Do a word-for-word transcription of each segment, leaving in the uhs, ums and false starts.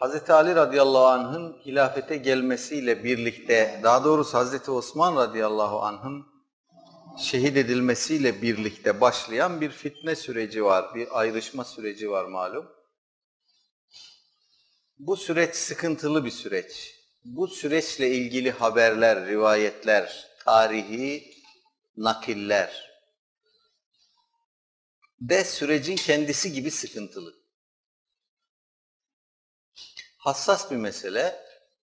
Hazreti Ali radıyallahu anh'ın hilafete gelmesiyle birlikte, daha doğrusu Hazreti Osman radıyallahu anh'ın şehit edilmesiyle birlikte başlayan bir fitne süreci var, bir ayrışma süreci var malum. Bu süreç sıkıntılı bir süreç. Bu süreçle ilgili haberler, rivayetler, tarihi nakiller de sürecin kendisi gibi sıkıntılı. Hassas bir mesele.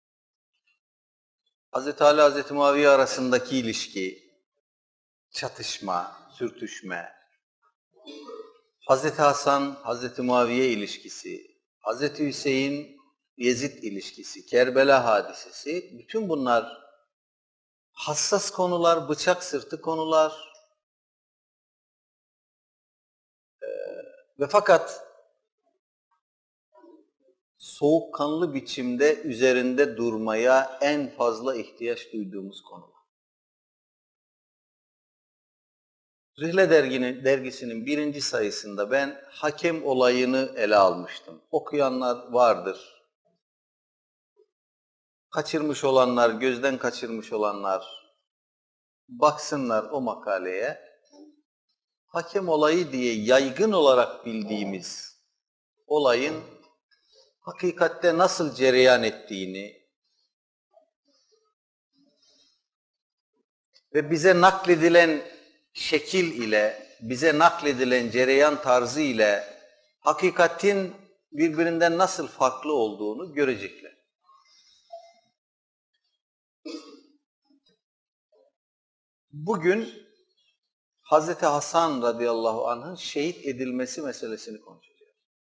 Hazreti Ali, Hazreti Muaviye arasındaki ilişki, çatışma, sürtüşme, Hazreti Hasan, Hazreti Muaviye ilişkisi, Hazreti Hüseyin, Yezid ilişkisi, Kerbela hadisesi, bütün bunlar hassas konular, bıçak sırtı konular ee, ve fakat soğukkanlı biçimde üzerinde durmaya en fazla ihtiyaç duyduğumuz konular. Rihle derginin, dergisinin birinci sayısında ben hakem olayını ele almıştım. Okuyanlar vardır. Kaçırmış olanlar, gözden kaçırmış olanlar baksınlar o makaleye. Hakem olayı diye yaygın olarak bildiğimiz olayın hakikatte nasıl cereyan ettiğini ve bize nakledilen şekil ile, bize nakledilen cereyan tarzı ile hakikatin birbirinden nasıl farklı olduğunu görecekler. Bugün Hazreti Hasan radıyallahu anh'ın şehit edilmesi meselesini konuşacağız.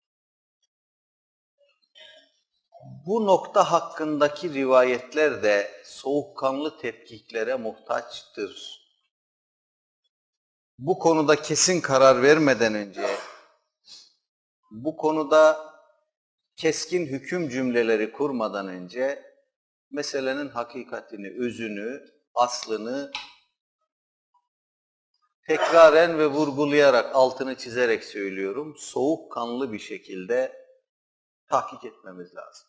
Bu nokta hakkındaki rivayetler de soğukkanlı tetkiklere muhtaçtır. Bu konuda kesin karar vermeden önce, bu konuda keskin hüküm cümleleri kurmadan önce, meselenin hakikatini, özünü, aslını tekraren ve vurgulayarak, altını çizerek söylüyorum, soğukkanlı bir şekilde tahkik etmemiz lazım.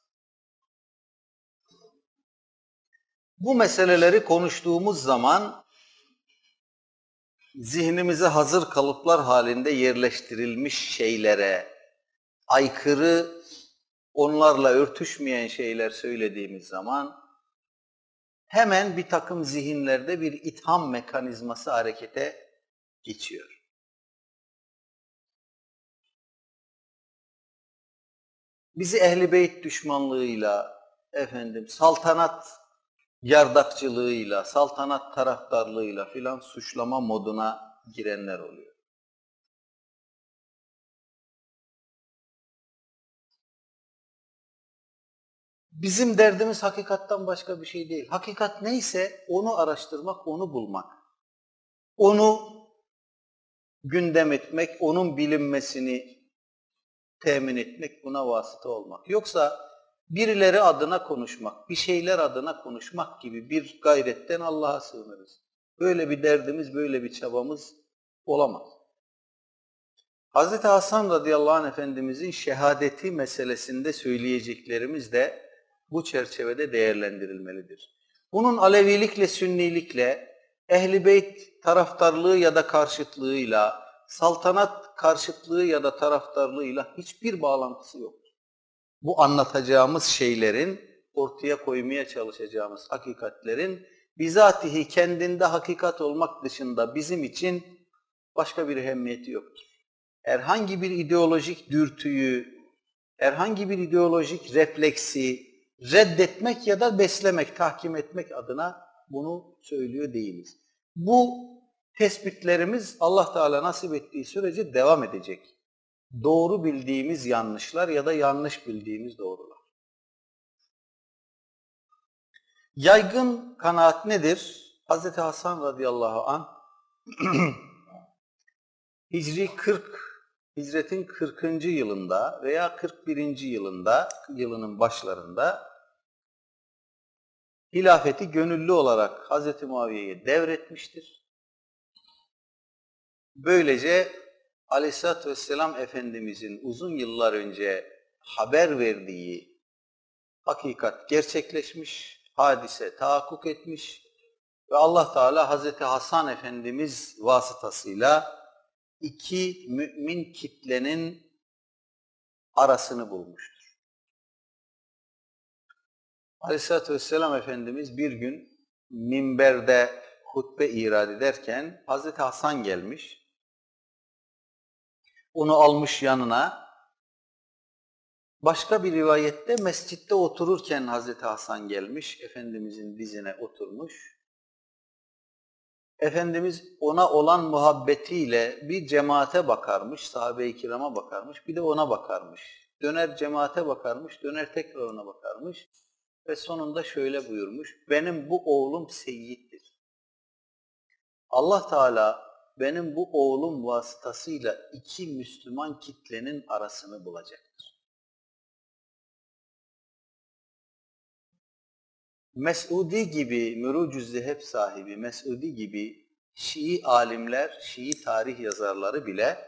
Bu meseleleri konuştuğumuz zaman zihnimize hazır kalıplar halinde yerleştirilmiş şeylere, aykırı, onlarla örtüşmeyen şeyler söylediğimiz zaman hemen bir takım zihinlerde bir itham mekanizması harekete geçiyor. Bizi Ehl-i Beyt düşmanlığıyla, efendim saltanat yardakçılığıyla, saltanat taraftarlığıyla filan suçlama moduna girenler oluyor. Bizim derdimiz hakikattan başka bir şey değil. Hakikat neyse onu araştırmak, onu bulmak. Onu gündem etmek, onun bilinmesini temin etmek, buna vasıta olmak. Yoksa birileri adına konuşmak, bir şeyler adına konuşmak gibi bir gayretten Allah'a sığınırız. Böyle bir derdimiz, böyle bir çabamız olamaz. Hazreti Hasan radıyallahu anh Efendimizin şehadeti meselesinde söyleyeceklerimiz de bu çerçevede değerlendirilmelidir. Bunun Alevilikle, Sünnilikle, Ehl-i Beyt taraftarlığı ya da karşıtlığıyla, saltanat karşıtlığı ya da taraftarlığıyla hiçbir bağlantısı yoktur. Bu anlatacağımız şeylerin, ortaya koymaya çalışacağımız hakikatlerin bizatihi kendinde hakikat olmak dışında bizim için başka bir ehemmiyeti yoktur. Herhangi bir ideolojik dürtüyü, herhangi bir ideolojik refleksi reddetmek ya da beslemek, tahkim etmek adına bunu söylüyor değiliz. Bu tespitlerimiz Allah Teala nasip ettiği sürece devam edecek. Doğru bildiğimiz yanlışlar ya da yanlış bildiğimiz doğrular. Yaygın kanaat nedir? Hazreti Hasan radıyallahu anh Hicri kırk, hicretin kırkıncı yılında veya kırk birinci yılında, yılının başlarında hilafeti gönüllü olarak Hazreti Muaviye'ye devretmiştir. Böylece Aleyhisselatü Vesselam Efendimizin uzun yıllar önce haber verdiği Hakikat gerçekleşmiş, hadise tahakkuk etmiş ve Allah Teala Hazreti Hasan Efendimiz vasıtasıyla iki mümin kitlenin arasını bulmuştur. Aleyhisselatü Vesselam Efendimiz bir gün minberde hutbe irad ederken Hazreti Hasan gelmiş, onu almış yanına. Başka bir rivayette mescitte otururken Hazreti Hasan gelmiş, Efendimizin dizine oturmuş. Efendimiz ona olan muhabbetiyle bir cemaate bakarmış, sahabe-i kirama bakarmış, bir de ona bakarmış. Döner cemaate bakarmış, döner tekrar ona bakarmış ve sonunda şöyle buyurmuş, benim bu oğlum seyyiddir. Allah Teala benim bu oğlum vasıtasıyla iki Müslüman kitlenin arasını bulacaktır. Mes'udi gibi, Mürucüz Zeheb sahibi Mes'udi gibi Şii alimler, Şii tarih yazarları bile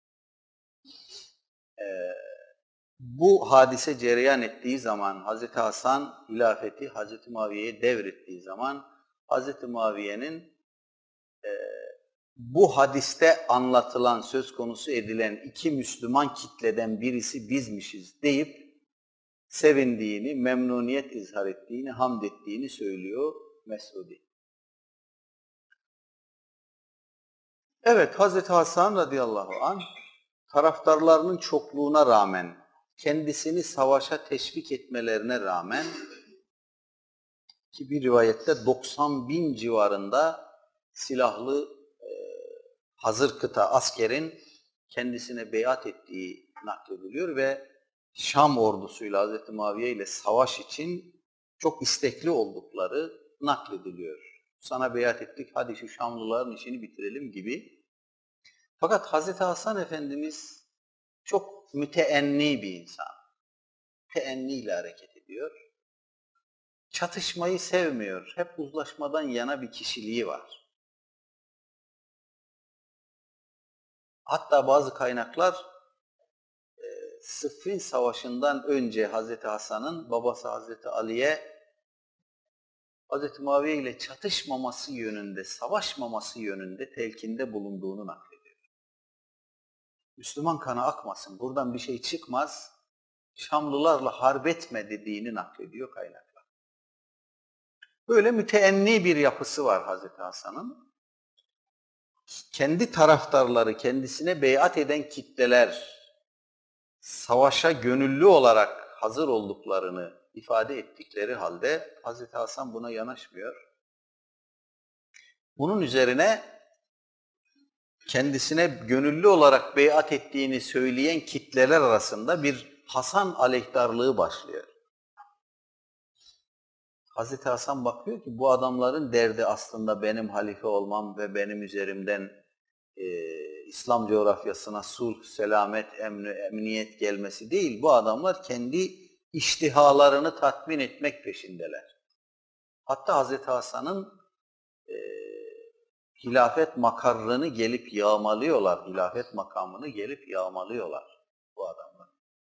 e, bu hadise cereyan ettiği zaman, Hazreti Hasan hilafeti Hazreti Muaviye'ye devrettiği zaman Hazreti Muaviye'nin e, bu hadiste anlatılan, söz konusu edilen iki Müslüman kitleden birisi bizmişiz deyip sevindiğini, memnuniyet izhar ettiğini, hamd ettiğini söylüyor Mes'udi. Evet, Hazreti Hasan radıyallahu anh taraftarlarının çokluğuna rağmen, kendisini savaşa teşvik etmelerine rağmen ki bir rivayette doksan bin civarında silahlı e, hazır kıta askerin kendisine beyat ettiği naklediliyor ve Şam ordusuyla Hazreti Muaviye ile savaş için çok istekli oldukları naklediliyor. Sana beyat ettik, hadi şu Şamlıların işini bitirelim gibi. Fakat Hazreti Hasan Efendimiz çok müteenni bir insan. Müteenni ile hareket ediyor. Çatışmayı sevmiyor. Hep uzlaşmadan yana bir kişiliği var. Hatta bazı kaynaklar Sıffin Savaşı'ndan önce Hazreti Hasan'ın babası Hazreti Ali'ye Hazreti Muaviye ile çatışmaması yönünde, savaşmaması yönünde telkinde bulunduğunu naklediyor. Müslüman kanı akmasın, buradan bir şey çıkmaz, Şamlılarla harp etme dediğini naklediyor kaynaklar. Böyle müteenni bir yapısı var Hazreti Hasan'ın. Kendi taraftarları, kendisine beyat eden kitleler, savaşa gönüllü olarak hazır olduklarını ifade ettikleri halde Hazreti Hasan buna yanaşmıyor. Bunun üzerine kendisine gönüllü olarak beyat ettiğini söyleyen kitleler arasında bir Hasan aleyhtarlığı başlıyor. Hazreti Hasan bakıyor ki bu adamların derdi aslında benim halife olmam ve benim üzerimden e, İslam coğrafyasına sulh, selamet, emni, emniyet gelmesi değil. Bu adamlar kendi iştihalarını tatmin etmek peşindeler. Hatta Hazreti Hasan'ın e, hilafet makarrını gelip yağmalıyorlar. Hilafet makamını gelip yağmalıyorlar bu adamlar.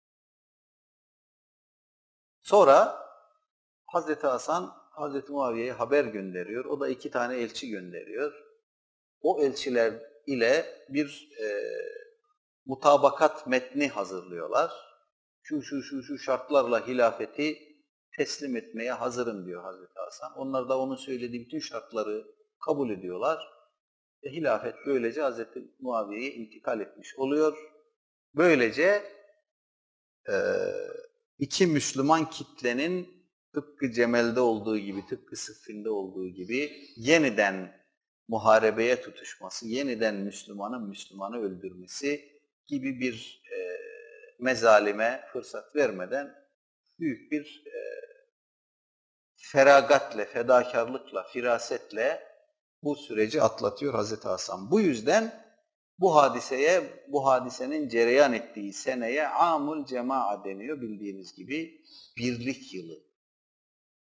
Sonra Hazreti Hasan, Hazreti Muaviye'ye haber gönderiyor. O da iki tane elçi gönderiyor. O elçiler ile bir e, mutabakat metni hazırlıyorlar. Şu şu şu şu şartlarla hilafeti teslim etmeye hazırım diyor Hazreti Hasan. Onlar da onun söylediği bütün şartları kabul ediyorlar. Ve hilafet böylece Hazreti Muaviye'ye intikal etmiş oluyor. Böylece e, iki Müslüman kitlenin tıpkı Cemel'de olduğu gibi, tıpkı Sıffin'de olduğu gibi yeniden muharebeye tutuşması, yeniden Müslümanın Müslümanı öldürmesi gibi bir e, mezalime fırsat vermeden büyük bir e, feragatle, fedakarlıkla, firasetle bu süreci atlatıyor Hazreti Hasan. Bu yüzden bu hadiseye, bu hadisenin cereyan ettiği seneye Amul Cema'a deniyor bildiğiniz gibi birlik yılı.